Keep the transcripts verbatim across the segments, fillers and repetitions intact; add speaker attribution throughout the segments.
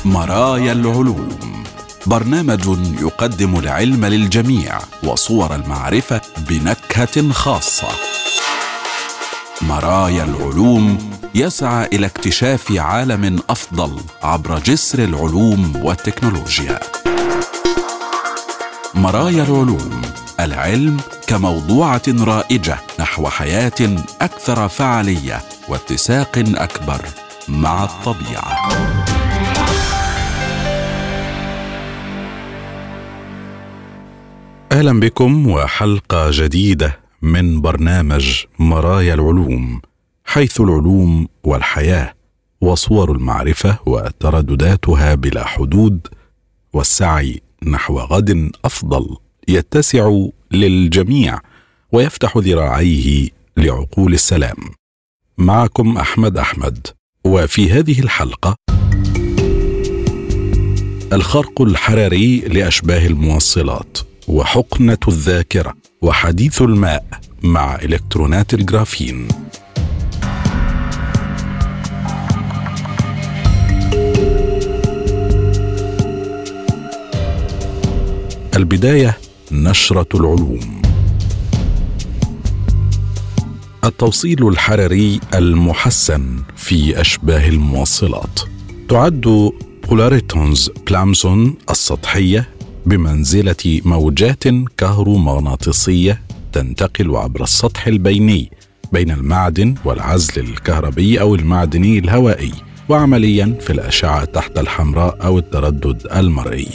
Speaker 1: مرايا العلوم، برنامج يقدم العلم للجميع وصور المعرفة بنكهة خاصة. مرايا العلوم يسعى إلى اكتشاف عالم أفضل عبر جسر العلوم والتكنولوجيا. مرايا العلوم، العلم كموضوعة رائجة نحو حياة أكثر فعالية واتساق أكبر مع الطبيعة. أهلا بكم وحلقة جديدة من برنامج مرايا العلوم، حيث العلوم والحياة وصور المعرفة وتردداتها بلا حدود، والسعي نحو غد أفضل يتسع للجميع ويفتح ذراعيه لعقول السلام. معكم أحمد أحمد، وفي هذه الحلقة الخرق الحراري لأشباه الموصلات، وحقنة الذاكرة، وحديث الماء مع إلكترونات الجرافين. البداية نشرة العلوم. التوصيل الحراري المحسن في أشباه الموصلات. تعد بولاريتونز بلازمون السطحية بمنزلة موجات كهرومغناطيسية تنتقل عبر السطح البيني بين المعدن والعزل الكهربي أو المعدني الهوائي، وعمليا في الأشعة تحت الحمراء أو التردد المرئي.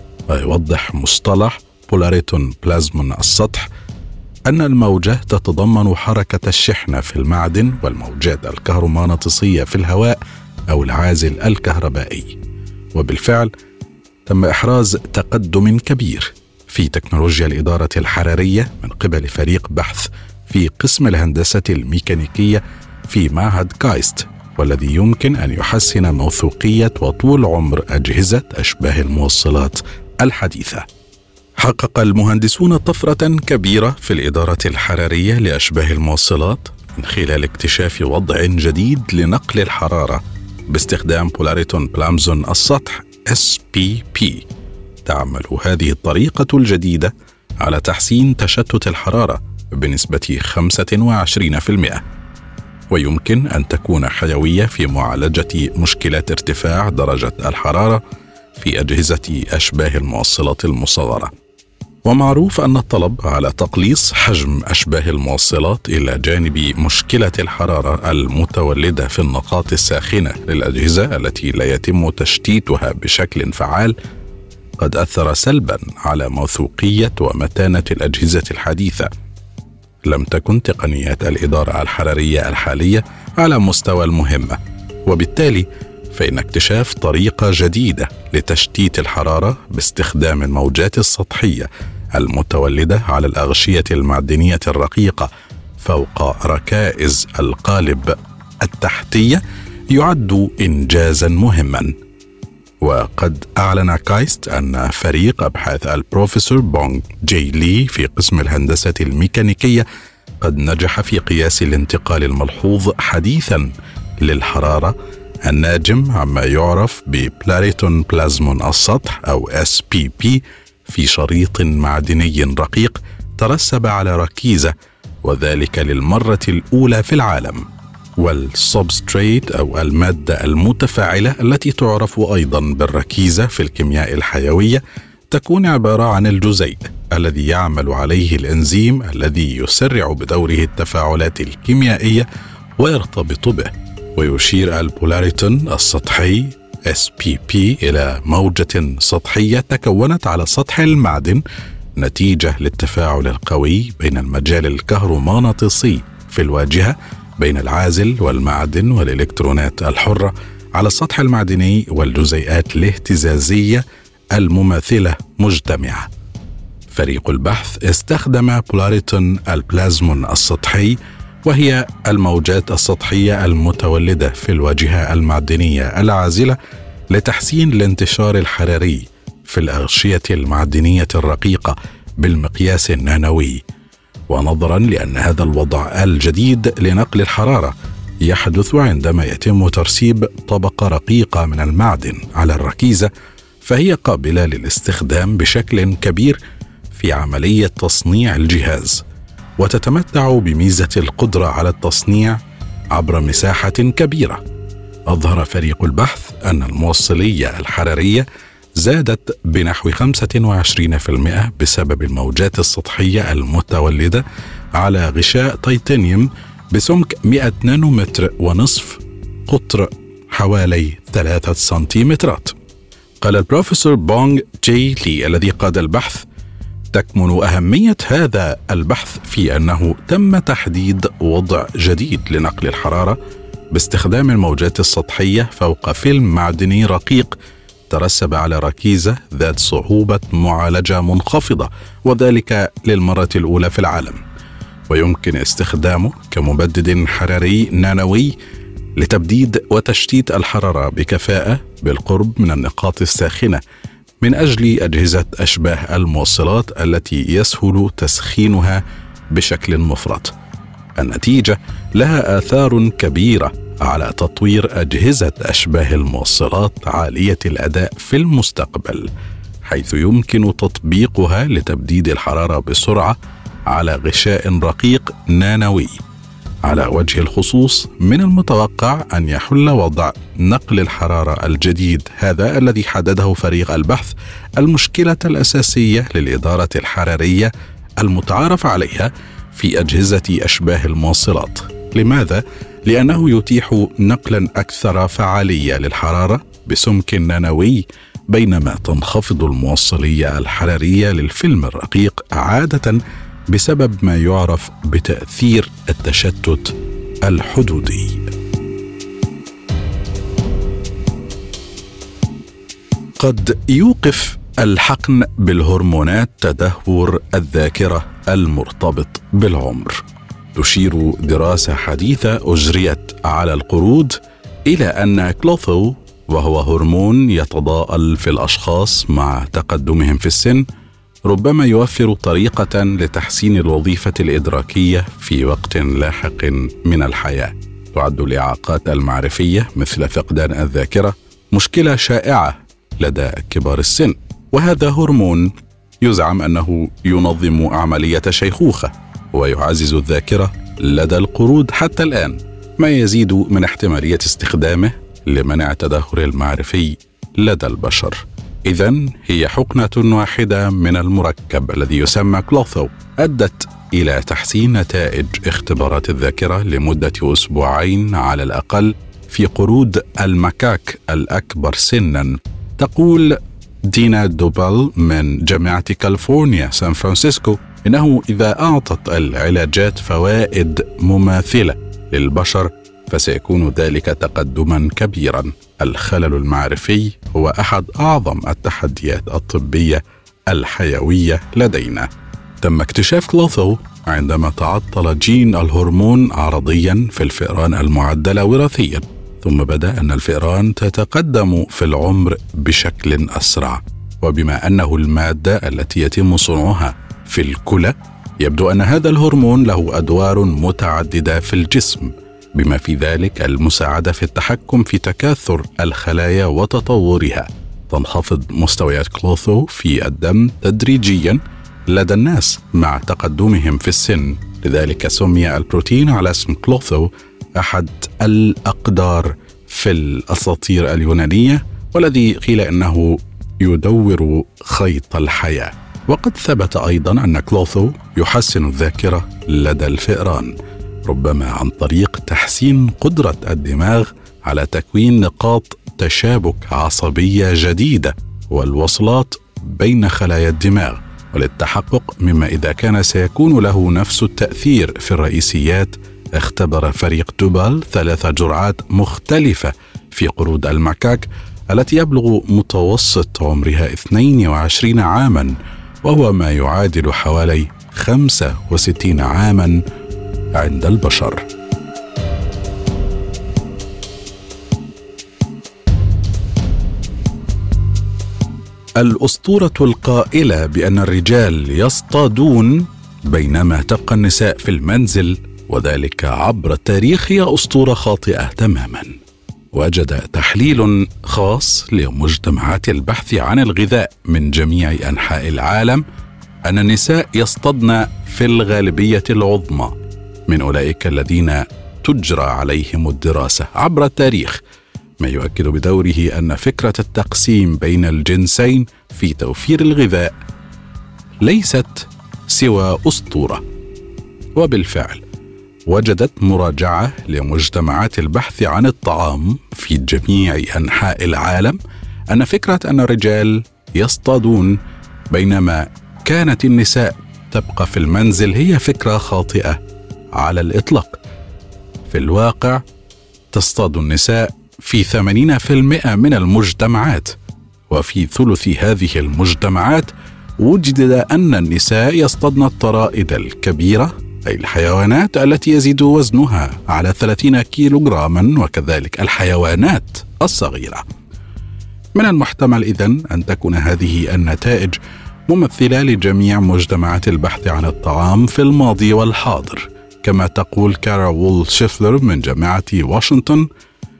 Speaker 1: ويوضح مصطلح بولاريتون بلازمون السطح أن الموجة تتضمن حركة الشحنة في المعدن والموجات الكهرومغناطيسية في الهواء أو العازل الكهربائي. وبالفعل تم إحراز تقدم كبير في تكنولوجيا الإدارة الحرارية من قبل فريق بحث في قسم الهندسة الميكانيكية في معهد كايست، والذي يمكن أن يحسن موثوقية وطول عمر أجهزة أشباه الموصلات الحديثة. حقق المهندسون طفرة كبيرة في الإدارة الحرارية لأشباه الموصلات من خلال اكتشاف وضع جديد لنقل الحرارة باستخدام بولاريتون بلازمون السطح إس بي بي. تعمل هذه الطريقة الجديدة على تحسين تشتت الحرارة بنسبة خمسة وعشرين بالمئة، ويمكن أن تكون حيوية في معالجة مشكلات ارتفاع درجة الحرارة في أجهزة أشباه الموصلات المصغرة. ومعروف أن الطلب على تقليص حجم أشباه الموصلات إلى جانب مشكلة الحرارة المتولدة في النقاط الساخنة للأجهزة التي لا يتم تشتيتها بشكل فعال قد أثر سلبا على موثوقية ومتانة الأجهزة الحديثة. لم تكن تقنيات الإدارة الحرارية الحالية على مستوى المهمة، وبالتالي فإن اكتشاف طريقة جديدة لتشتيت الحرارة باستخدام الموجات السطحية المتولدة على الأغشية المعدنية الرقيقة فوق ركائز القالب التحتية يعد إنجازا مهما. وقد أعلن كايست أن فريق أبحاث البروفيسور بونغ جي لي في قسم الهندسة الميكانيكية قد نجح في قياس الانتقال الملحوظ حديثا للحرارة الناجم عما يعرف ببولاريتون بلازمون السطح أو إس بي بي في شريط معدني رقيق ترسب على ركيزة، وذلك للمرة الأولى في العالم. والسبستريت أو المادة المتفاعلة التي تعرف أيضا بالركيزة في الكيمياء الحيوية تكون عبارة عن الجزيء الذي يعمل عليه الإنزيم الذي يسرع بدوره التفاعلات الكيميائية ويرتبط به. ويشير البولاريتون السطحي إس بي بي إلى موجة سطحية تكونت على سطح المعدن نتيجة للتفاعل القوي بين المجال الكهرومغناطيسي في الواجهة بين العازل والمعدن والإلكترونات الحرة على السطح المعدني والجزيئات الاهتزازية المماثلة مجتمعة. فريق البحث استخدم بولاريتون البلازمون السطحي، وهي الموجات السطحية المتولدة في الواجهة المعدنية العازلة، لتحسين الانتشار الحراري في الأغشية المعدنية الرقيقة بالمقياس النانوي. ونظرا لأن هذا الوضع الجديد لنقل الحرارة يحدث عندما يتم ترسيب طبقة رقيقة من المعدن على الركيزة، فهي قابلة للاستخدام بشكل كبير في عملية تصنيع الجهاز، وتتمتع بميزة القدرة على التصنيع عبر مساحة كبيرة. أظهر فريق البحث أن الموصلية الحرارية زادت بنحو خمسة وعشرين بالمئة بسبب الموجات السطحية المتولدة على غشاء تيتانيوم بسمك مئة نانومتر ونصف، قطر حوالي ثلاثة سنتيمترات. قال البروفيسور بونغ جي لي الذي قاد البحث: تكمن أهمية هذا البحث في أنه تم تحديد وضع جديد لنقل الحرارة باستخدام الموجات السطحية فوق فيلم معدني رقيق ترسب على ركيزة ذات صعوبة معالجة منخفضة، وذلك للمرة الأولى في العالم، ويمكن استخدامه كمبدد حراري نانوي لتبديد وتشتيت الحرارة بكفاءة بالقرب من النقاط الساخنة من أجل أجهزة أشباه الموصلات التي يسهل تسخينها بشكل مفرط. النتيجة لها آثار كبيرة على تطوير أجهزة أشباه الموصلات عالية الأداء في المستقبل، حيث يمكن تطبيقها لتبديد الحرارة بسرعة على غشاء رقيق نانوي. على وجه الخصوص، من المتوقع أن يحل وضع نقل الحرارة الجديد هذا الذي حدده فريق البحث المشكلة الأساسية للإدارة الحرارية المتعارف عليها في أجهزة أشباه الموصلات. لماذا؟ لأنه يتيح نقلا أكثر فعالية للحرارة بسمك نانوي، بينما تنخفض الموصلية الحرارية للفيلم الرقيق عادة بسبب ما يعرف بتأثير التشتت الحدودي. قد يوقف الحقن بالهرمونات تدهور الذاكرة المرتبط بالعمر. تشير دراسة حديثة أجريت على القرود إلى أن كلوثو، وهو هرمون يتضاءل في الأشخاص مع تقدمهم في السن، ربما يوفر طريقة لتحسين الوظيفة الإدراكية في وقت لاحق من الحياة. تعد الإعاقات المعرفية مثل فقدان الذاكرة مشكلة شائعة لدى كبار السن، وهذا هرمون يزعم أنه ينظم عملية شيخوخة ويعزز الذاكرة لدى القرود حتى الآن، ما يزيد من احتمالية استخدامه لمنع التدهور المعرفي لدى البشر. إذن هي حقنة واحدة من المركب الذي يسمى كلوثو أدت إلى تحسين نتائج اختبارات الذاكرة لمدة أسبوعين على الأقل في قرود المكاك الأكبر سناً. تقول دينا دوبل من جامعة كاليفورنيا سان فرانسيسكو إنه إذا أعطت العلاجات فوائد مماثلة للبشر فسيكون ذلك تقدما كبيرا. الخلل المعرفي هو أحد أعظم التحديات الطبية الحيوية لدينا. تم اكتشاف كلوثو عندما تعطل جين الهرمون عرضيا في الفئران المعدلة وراثيا، ثم بدأ أن الفئران تتقدم في العمر بشكل أسرع، وبما أنه المادة التي يتم صنعها في الكلى، يبدو أن هذا الهرمون له أدوار متعددة في الجسم، بما في ذلك المساعدة في التحكم في تكاثر الخلايا وتطورها. تنخفض مستويات كلوثو في الدم تدريجيا لدى الناس مع تقدمهم في السن، لذلك سمي البروتين على اسم كلوثو، أحد الأقدار في الأساطير اليونانية، والذي قيل أنه يدور خيط الحياة. وقد ثبت أيضا أن كلوثو يحسن الذاكرة لدى الفئران، ربما عن طريق تحسين قدرة الدماغ على تكوين نقاط تشابك عصبية جديدة والوصلات بين خلايا الدماغ، وللتحقق مما إذا كان سيكون له نفس التأثير في الرئيسيات، اختبر فريق دوبال ثلاث جرعات مختلفة في قرود المكاك التي يبلغ متوسط عمرها اثنين وعشرين عاما، وهو ما يعادل حوالي خمسة وستين عاما عند البشر. الأسطورة القائلة بأن الرجال يصطادون بينما تبقى النساء في المنزل وذلك عبر التاريخ هي أسطورة خاطئة تماما. وجد تحليل خاص لمجتمعات البحث عن الغذاء من جميع أنحاء العالم أن النساء يصطدن في الغالبية العظمى من أولئك الذين تجرى عليهم الدراسة عبر التاريخ، ما يؤكد بدوره أن فكرة التقسيم بين الجنسين في توفير الغذاء ليست سوى أسطورة. وبالفعل وجدت مراجعة لمجتمعات البحث عن الطعام في جميع أنحاء العالم أن فكرة أن الرجال يصطادون بينما كانت النساء تبقى في المنزل هي فكرة خاطئة على الإطلاق. في الواقع تصطاد النساء في ثمانين بالمئة من المجتمعات، وفي ثلث هذه المجتمعات وجد أن النساء يصطادن الطرائد الكبيرة، أي الحيوانات التي يزيد وزنها على ثلاثين كيلوغراما، وكذلك الحيوانات الصغيرة. من المحتمل إذن أن تكون هذه النتائج ممثلة لجميع مجتمعات البحث عن الطعام في الماضي والحاضر، كما تقول كارا وول شيفلر من جامعة واشنطن.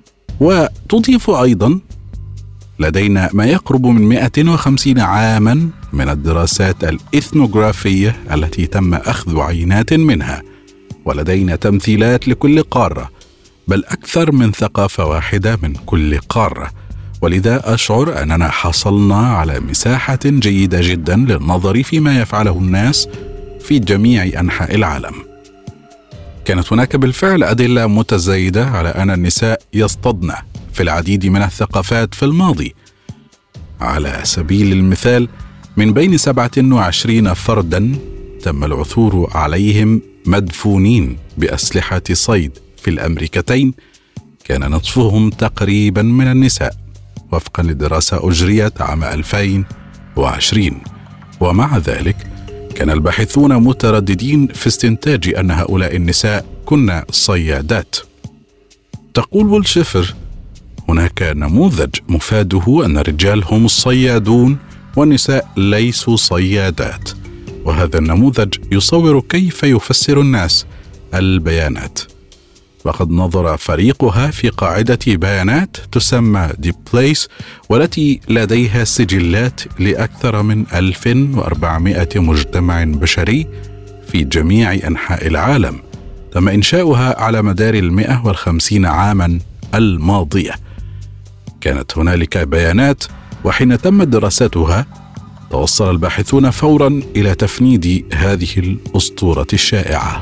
Speaker 1: وتضيف أيضا: لدينا ما يقرب من مئة وخمسين عاما من الدراسات الإثنوغرافية التي تم أخذ عينات منها، ولدينا تمثيلات لكل قارة، بل أكثر من ثقافة واحدة من كل قارة. ولذا أشعر أننا حصلنا على مساحة جيدة جدا للنظر فيما يفعله الناس في جميع أنحاء العالم. كانت هناك بالفعل أدلة متزايدة على أن النساء يصطدن في العديد من الثقافات في الماضي. على سبيل المثال، من بين سبعة وعشرين فردا تم العثور عليهم مدفونين بأسلحة صيد في الأمريكتين، كان نصفهم تقريبا من النساء وفقا لدراسة أجريت عام ألفين وعشرين. ومع ذلك كان الباحثون مترددين في استنتاج أن هؤلاء النساء كن صيادات. تقول وولشيفر: هناك نموذج مفاده أن الرجال هم الصيادون والنساء ليسوا صيادات، وهذا النموذج يصور كيف يفسر الناس البيانات. وقد نظر فريقها في قاعدة بيانات تسمى ديب بليس، والتي لديها سجلات لأكثر من ألف وأربعمائة مجتمع بشري في جميع أنحاء العالم، تم إنشاؤها على مدار المئة والخمسين عاما الماضية. كانت هنالك بيانات، وحين تمت دراستها توصل الباحثون فورا إلى تفنيد هذه الأسطورة الشائعة.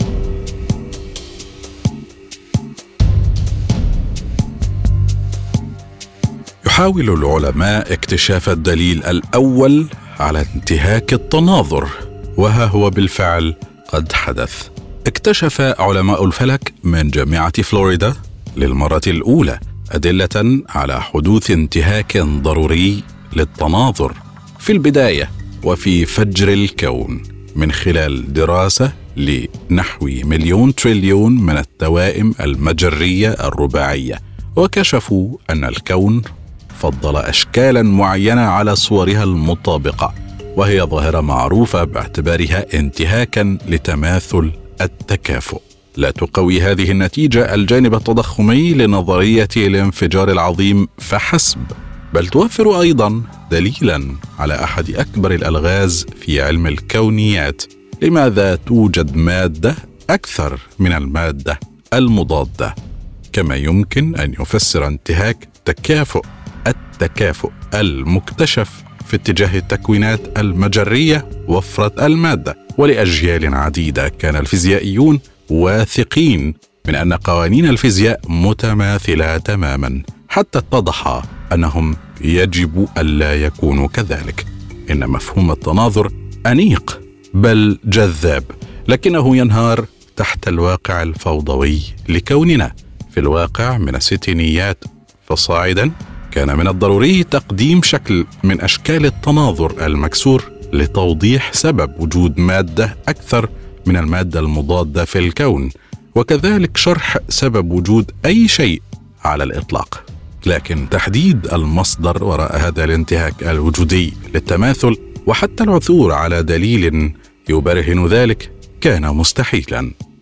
Speaker 1: يحاول العلماء اكتشاف الدليل الأول على انتهاك التناظر، وها هو بالفعل قد حدث. اكتشف علماء الفلك من جامعة فلوريدا للمرة الأولى أدلة على حدوث انتهاك ضروري للتناظر في البداية وفي فجر الكون من خلال دراسة لنحو مليون تريليون من التوائم المجرية الرباعية، وكشفوا أن الكون فضل أشكالا معينة على صورها المطابقة، وهي ظاهرة معروفة باعتبارها انتهاكا لتماثل التكافؤ. لا تقوي هذه النتيجة الجانب التضخمي لنظرية الانفجار العظيم فحسب، بل توفر أيضا دليلا على أحد أكبر الألغاز في علم الكونيات: لماذا توجد مادة أكثر من المادة المضادة؟ كما يمكن أن يفسر انتهاك تكافؤ التكافؤ المكتشف في اتجاه التكوينات المجرية وفرة المادة. ولأجيال عديدة كان الفيزيائيون واثقين من أن قوانين الفيزياء متماثلة تماما، حتى اتضح أنهم يجب ألا يكونوا كذلك. إن مفهوم التناظر أنيق بل جذاب، لكنه ينهار تحت الواقع الفوضوي لكوننا. في الواقع من الستينيات فصاعدا كان من الضروري تقديم شكل من أشكال التناظر المكسور لتوضيح سبب وجود مادة أكثر من المادة المضادة في الكون، وكذلك شرح سبب وجود أي شيء على الإطلاق. لكن تحديد المصدر وراء هذا الانتهاك الوجودي للتماثل وحتى العثور على دليل يبرهن ذلك كان مستحيلا.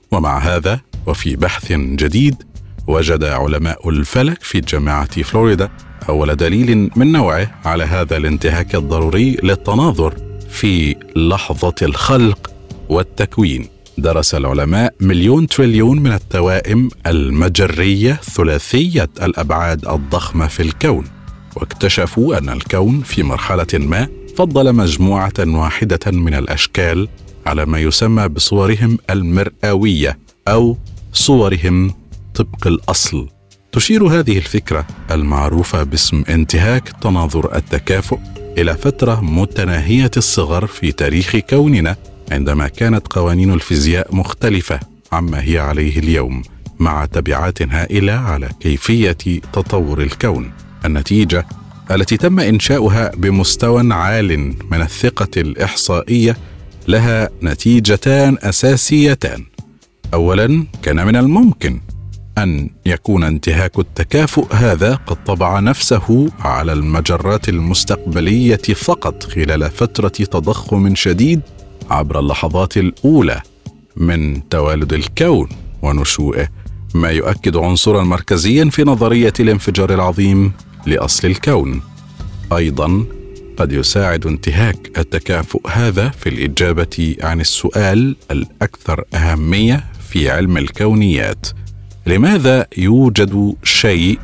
Speaker 1: ومع هذا وفي بحث جديد وجد علماء الفلك في جامعة فلوريدا أول دليل من نوعه على هذا الانتهاك الضروري للتناظر في لحظة الخلق والتكوين. درس العلماء مليون تريليون من التوائم المجرية ثلاثية الأبعاد الضخمة في الكون، واكتشفوا أن الكون في مرحلة ما فضل مجموعة واحدة من الأشكال على ما يسمى بصورهم المرئوية أو صورهم طبق الأصل. تشير هذه الفكرة المعروفة باسم انتهاك تناظر التكافؤ إلى فترة متناهية الصغر في تاريخ كوننا، عندما كانت قوانين الفيزياء مختلفة عما هي عليه اليوم، مع تبعات هائلة على كيفية تطور الكون. النتيجة التي تم إنشاؤها بمستوى عال من الثقة الإحصائية لها نتيجتان أساسيتان. أولاً، كان من الممكن أن يكون انتهاك التكافؤ هذا قد طبع نفسه على المجرات المستقبلية فقط خلال فترة تضخم شديد عبر اللحظات الأولى من توالد الكون ونشوئه، ما يؤكد عنصراً مركزياً في نظرية الانفجار العظيم لأصل الكون. أيضاً قد يساعد انتهاك التكافؤ هذا في الإجابة عن السؤال الأكثر أهمية في علم الكونيات: لماذا يوجد شيء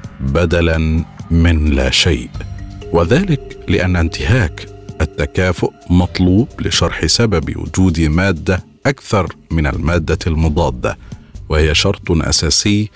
Speaker 1: بدلاً من لا شيء؟ وذلك لأن انتهاك التكافؤ مطلوب لشرح سبب وجود مادة أكثر من المادة المضادة، وهي شرط أساسي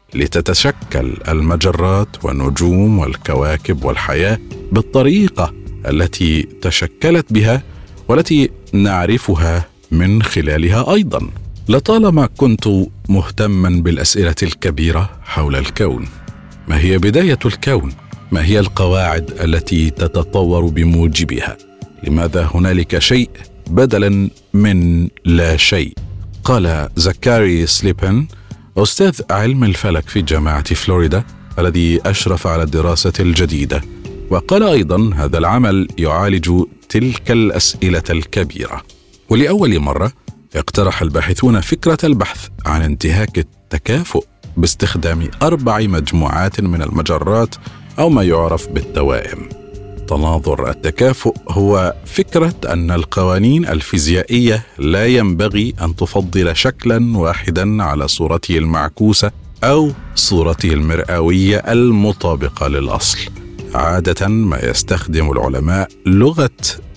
Speaker 1: لتتشكل المجرات والنجوم والكواكب والحياة بالطريقة التي تشكلت بها والتي نعرفها من خلالها أيضاً. لطالما كنت مهتماً بالأسئلة الكبيرة حول الكون. ما هي بداية الكون؟ ما هي القواعد التي تتطور بموجبها؟ لماذا هنالك شيء بدلاً من لا شيء؟ قال زكاري سليبن، أستاذ علم الفلك في جامعة فلوريدا الذي أشرف على الدراسة الجديدة، وقال أيضاً هذا العمل يعالج تلك الأسئلة الكبيرة. ولأول مرة اقترح الباحثون فكرة البحث عن انتهاك التكافؤ باستخدام أربع مجموعات من المجرات أو ما يعرف بالتوائم. تناظر التكافؤ هو فكرة أن القوانين الفيزيائية لا ينبغي أن تفضل شكلاً واحداً على صورته المعكوسة أو صورته المرئوية المطابقة للأصل. عادة ما يستخدم العلماء لغة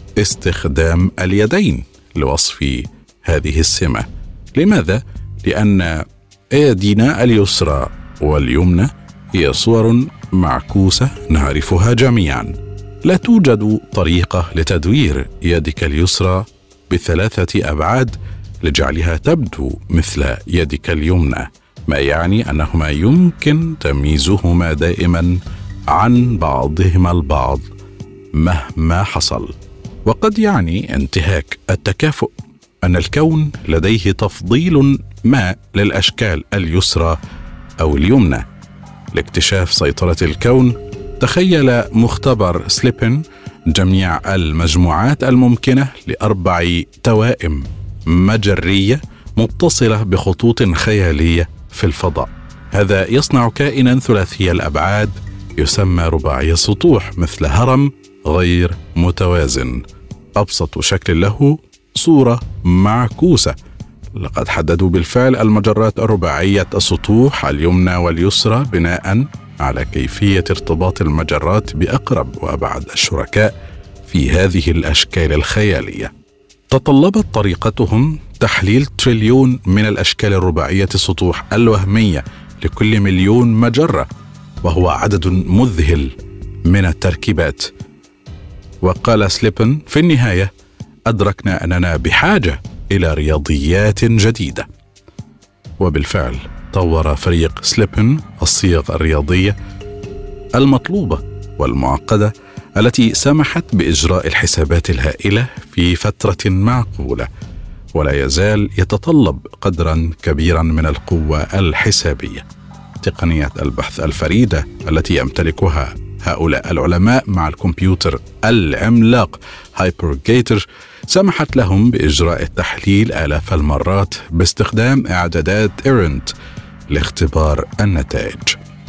Speaker 1: استخدام اليدين لوصف هذه السمة. لماذا؟ لأن أيدينا اليسرى واليمنى هي صور معكوسة نعرفها جميعاً. لا توجد طريقة لتدوير يدك اليسرى بثلاثة أبعاد لجعلها تبدو مثل يدك اليمنى، ما يعني أنهما يمكن تمييزهما دائماً عن بعضهما البعض مهما حصل. وقد يعني انتهاك التكافؤ أن الكون لديه تفضيل ما للأشكال اليسرى أو اليمنى. لاكتشاف سيطرة الكون، تخيل مختبر سليبن جميع المجموعات الممكنة لأربع توائم مجرية متصلة بخطوط خيالية في الفضاء. هذا يصنع كائنا ثلاثي الأبعاد يسمى رباعي السطوح، مثل هرم غير متوازن. أبسط شكل له صورة معكوسة. لقد حددوا بالفعل المجرات الرباعية السطوح اليمنى واليسرى بناء على كيفية ارتباط المجرات بأقرب وأبعد الشركاء في هذه الأشكال الخيالية. تطلبت طريقتهم تحليل تريليون من الأشكال الرباعية السطوح الوهمية لكل مليون مجرة، وهو عدد مذهل من التركيبات. وقال سليبن: في النهاية أدركنا أننا بحاجة إلى رياضيات جديدة. وبالفعل طور فريق سليبن الصيغ الرياضية المطلوبة والمعقدة التي سمحت بإجراء الحسابات الهائلة في فترة معقولة، ولا يزال يتطلب قدرا كبيرا من القوة الحسابية. تقنية البحث الفريدة التي يمتلكها هؤلاء العلماء مع الكمبيوتر العملاق هايبرجيتر سمحت لهم بإجراء التحليل آلاف المرات باستخدام إعدادات إيرنت لاختبار النتائج.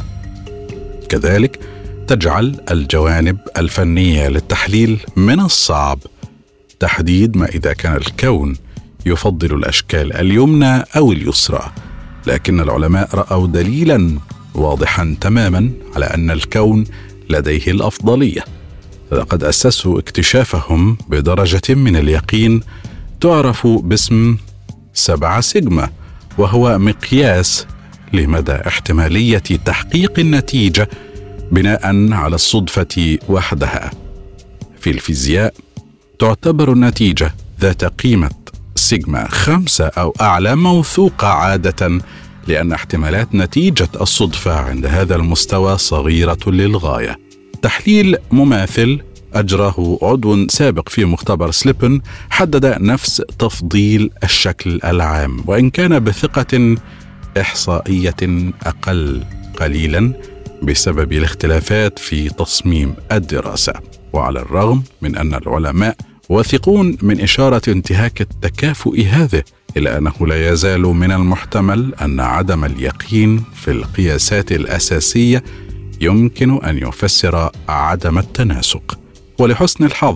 Speaker 1: كذلك تجعل الجوانب الفنية للتحليل من الصعب تحديد ما إذا كان الكون يفضل الأشكال اليمنى أو اليسرى، لكن العلماء رأوا دليلا واضحا تماما على أن الكون لديه الأفضلية. لقد أسسوا اكتشافهم بدرجة من اليقين تعرف باسم سبعة سيجما، وهو مقياس لمدى احتمالية تحقيق النتيجة بناء على الصدفة وحدها. في الفيزياء تعتبر النتيجة ذات قيمة سيجما خمسة أو أعلى موثوقة عادة، لأن احتمالات نتيجة الصدفة عند هذا المستوى صغيرة للغاية. تحليل مماثل أجراه عضو سابق في مختبر سليبن حدد نفس تفضيل الشكل العام، وإن كان بثقة إحصائية أقل قليلا بسبب الاختلافات في تصميم الدراسة. وعلى الرغم من أن العلماء واثقون من إشارة انتهاك التكافؤ هذه، إلا أنه لا يزال من المحتمل أن عدم اليقين في القياسات الأساسية يمكن أن يفسر عدم التناسق. ولحسن الحظ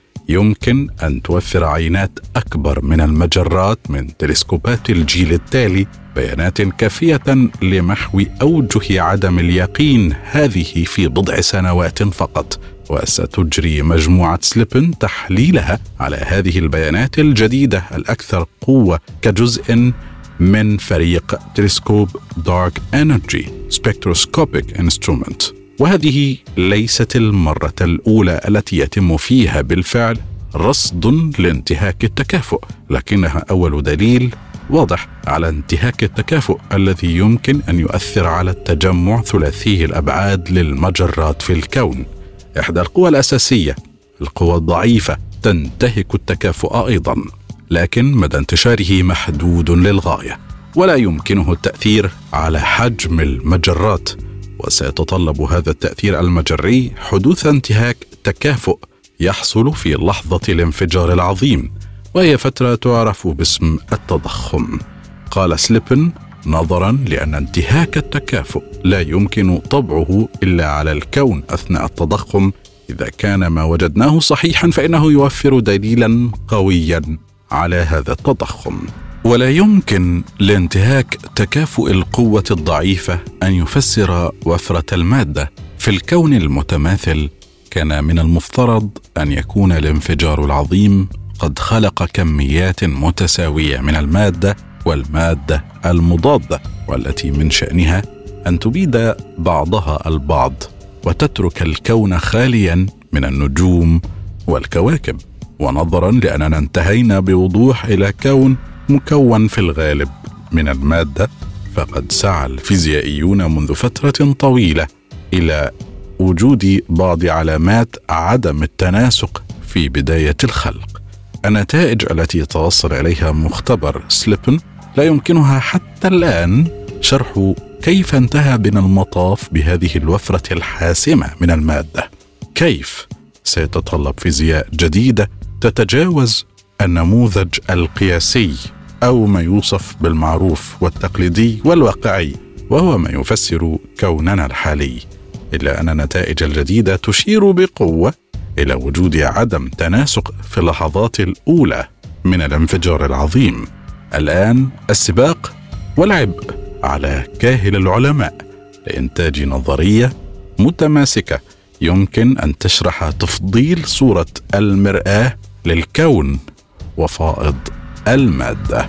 Speaker 1: يمكن أن توفر عينات أكبر من المجرات من تلسكوبات الجيل التالي بيانات كافية لمحو أوجه عدم اليقين هذه في بضع سنوات فقط، وستجري مجموعة سليبن تحليلها على هذه البيانات الجديدة الأكثر قوة كجزء من فريق تلسكوب دارك إنرجي سبكتروسكوبيك إنسترومنت. وهذه ليست المرة الأولى التي يتم فيها بالفعل رصد لانتهاك التكافؤ، لكنها أول دليل واضح على انتهاك التكافؤ الذي يمكن أن يؤثر على التجمع ثلاثي الأبعاد للمجرات في الكون. إحدى القوى الأساسية، القوى الضعيفة، تنتهك التكافؤ أيضا، لكن مدى انتشاره محدود للغاية ولا يمكنه التأثير على حجم المجرات، وسيتطلب هذا التأثير المجري حدوث انتهاك تكافؤ يحصل في لحظة الانفجار العظيم، وهي فترة تعرف باسم التضخم. قال سليبن: نظرا لأن انتهاك التكافؤ لا يمكن طبعه إلا على الكون أثناء التضخم، إذا كان ما وجدناه صحيحا فإنه يوفر دليلا قويا على هذا التضخم. ولا يمكن لانتهاك تكافؤ القوة الضعيفة أن يفسر وفرة المادة. في الكون المتماثل كان من المفترض أن يكون الانفجار العظيم قد خلق كميات متساوية من المادة والمادة المضادة، والتي من شأنها أن تبيد بعضها البعض وتترك الكون خاليا من النجوم والكواكب. ونظرا لأننا انتهينا بوضوح إلى كون مكون في الغالب من المادة، فقد سعى الفيزيائيون منذ فترة طويلة إلى وجود بعض علامات عدم التناسق في بداية الخلق. النتائج التي توصل إليها مختبر سليبن لا يمكنها حتى الآن شرح كيف انتهى بنا المطاف بهذه الوفرة الحاسمة من المادة. كيف سيتطلب فيزياء جديدة تتجاوز النموذج القياسي أو ما يوصف بالمعروف والتقليدي والواقعي، وهو ما يفسر كوننا الحالي، إلا أن النتائج الجديدة تشير بقوة إلى وجود عدم تناسق في اللحظات الأولى من الانفجار العظيم. الآن السباق والعبء على كاهل العلماء لإنتاج نظرية متماسكة يمكن أن تشرح تفضيل صورة المرآة للكون وفائض المادة.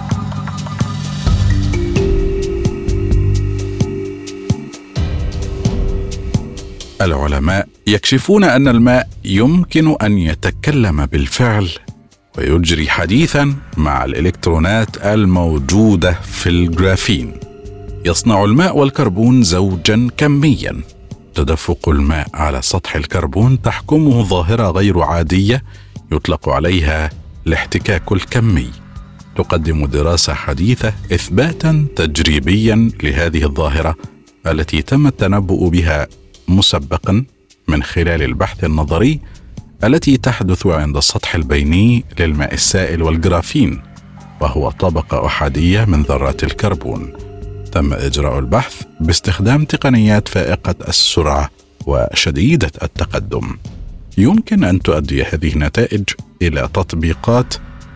Speaker 1: العلماء يكشفون أن الماء يمكن أن يتكلم بالفعل ويجري حديثا مع الإلكترونات الموجودة في الجرافين. يصنع الماء والكربون زوجا كميا. تدفق الماء على سطح الكربون تحكمه ظاهرة غير عادية يطلق عليها الاحتكاك الكمي. تقدم دراسة حديثة إثباتا تجريبيا لهذه الظاهرة التي تم التنبؤ بها مسبقا من خلال البحث النظري التي تحدث عند السطح البيني للماء السائل والجرافين، وهو طبقة أحادية من ذرات الكربون. تم إجراء البحث باستخدام تقنيات فائقة السرعة وشديدة التقدم. يمكن أن تؤدي هذه النتائج إلى تطبيقات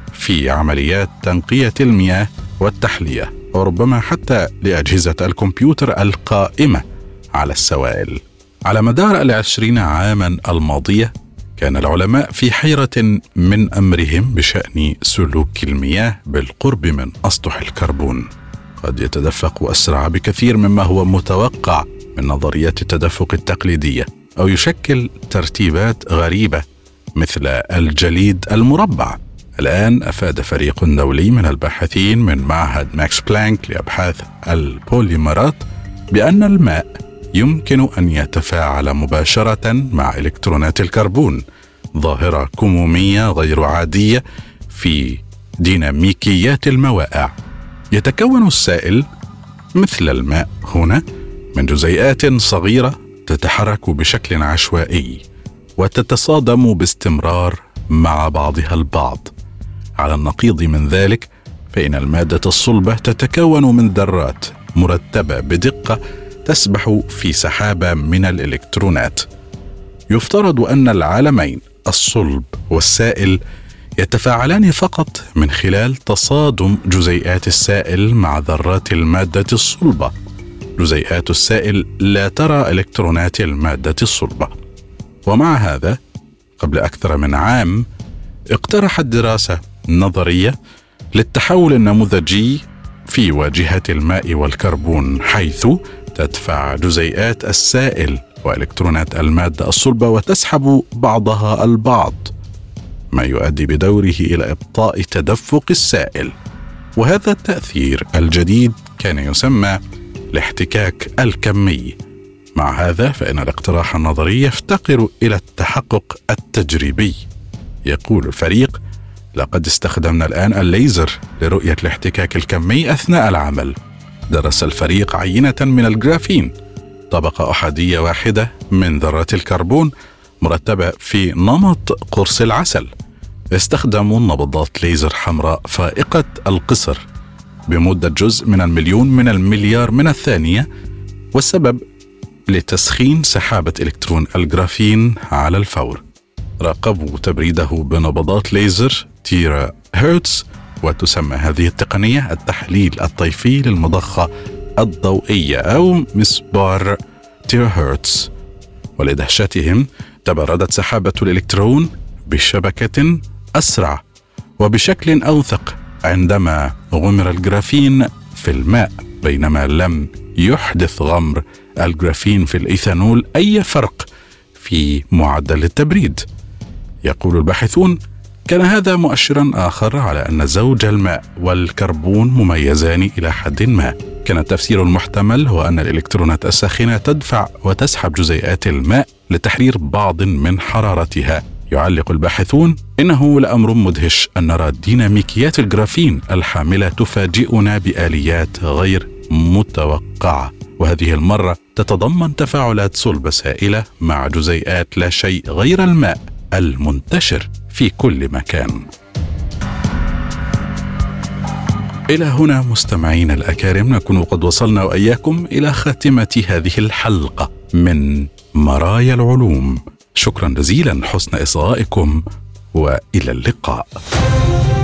Speaker 1: في عمليات تنقية المياه والتحلية، وربما حتى لأجهزة الكمبيوتر القائمة على السوائل. على مدار العشرين عاما الماضية كان العلماء في حيرة من أمرهم بشأن سلوك المياه بالقرب من أسطح الكربون. قد يتدفق أسرع بكثير مما هو متوقع من نظريات التدفق التقليدية، أو يشكل ترتيبات غريبة مثل الجليد المربع. الآن أفاد فريق دولي من الباحثين من معهد ماكس بلانك لأبحاث البوليمرات بأن الماء يمكن أن يتفاعل مباشرة مع إلكترونات الكربون، ظاهرة كمومية غير عادية في ديناميكيات الموائع. يتكون السائل مثل الماء هنا من جزيئات صغيرة تتحرك بشكل عشوائي وتتصادم باستمرار مع بعضها البعض. على النقيض من ذلك، فإن المادة الصلبة تتكون من ذرات مرتبة بدقة تسبح في سحابة من الإلكترونات. يفترض أن العالمين الصلب والسائل يتفاعلان فقط من خلال تصادم جزيئات السائل مع ذرات المادة الصلبة. جزيئات السائل لا ترى إلكترونات المادة الصلبة. ومع هذا، قبل أكثر من عام اقترحت دراسة نظرية للتحول النموذجي في واجهة الماء والكربون، حيث تدفع جزيئات السائل وإلكترونات المادة الصلبة وتسحب بعضها البعض، ما يؤدي بدوره إلى إبطاء تدفق السائل. وهذا التأثير الجديد كان يسمى الاحتكاك الكمي. مع هذا فإن الاقتراح النظري يفتقر إلى التحقق التجريبي. يقول الفريق: لقد استخدمنا الآن الليزر لرؤية الاحتكاك الكمي أثناء العمل. درس الفريق عينة من الجرافين، طبقة أحادية واحدة من ذرات الكربون مرتبة في نمط قرص العسل. استخدموا نبضات ليزر حمراء فائقة القصر بمدة جزء من المليون من المليار من الثانية، والسبب لتسخين سحابة إلكترون الجرافين على الفور. راقبوا تبريده بنبضات ليزر تيرا هرتز، وتسمى هذه التقنية التحليل الطيفي للمضخة الضوئية أو مسبار تيرا هرتز. ولدهشتهم تبردت سحابة الإلكترون بشبكة أسرع وبشكل أوثق عندما غمر الجرافين في الماء، بينما لم يحدث غمر الجرافين في الإيثانول أي فرق في معدل التبريد. يقول الباحثون: كان هذا مؤشرا آخر على أن زوج الماء والكربون مميزان إلى حد ما. كان التفسير المحتمل هو أن الإلكترونات الساخنة تدفع وتسحب جزيئات الماء لتحرير بعض من حرارتها. يعلق الباحثون: إنه لأمر مدهش أن نرى ديناميكيات الجرافين الحاملة تفاجئنا بآليات غير متوقعة، وهذه المرة تتضمن تفاعلات صلبة سائلة مع جزيئات لا شيء غير الماء المنتشر في كل مكان. إلى هنا مستمعين الأكارم نكون قد وصلنا وإياكم إلى خاتمة هذه الحلقة من مرايا العلوم. شكرا جزيلا حسن إصغائكم، وإلى اللقاء.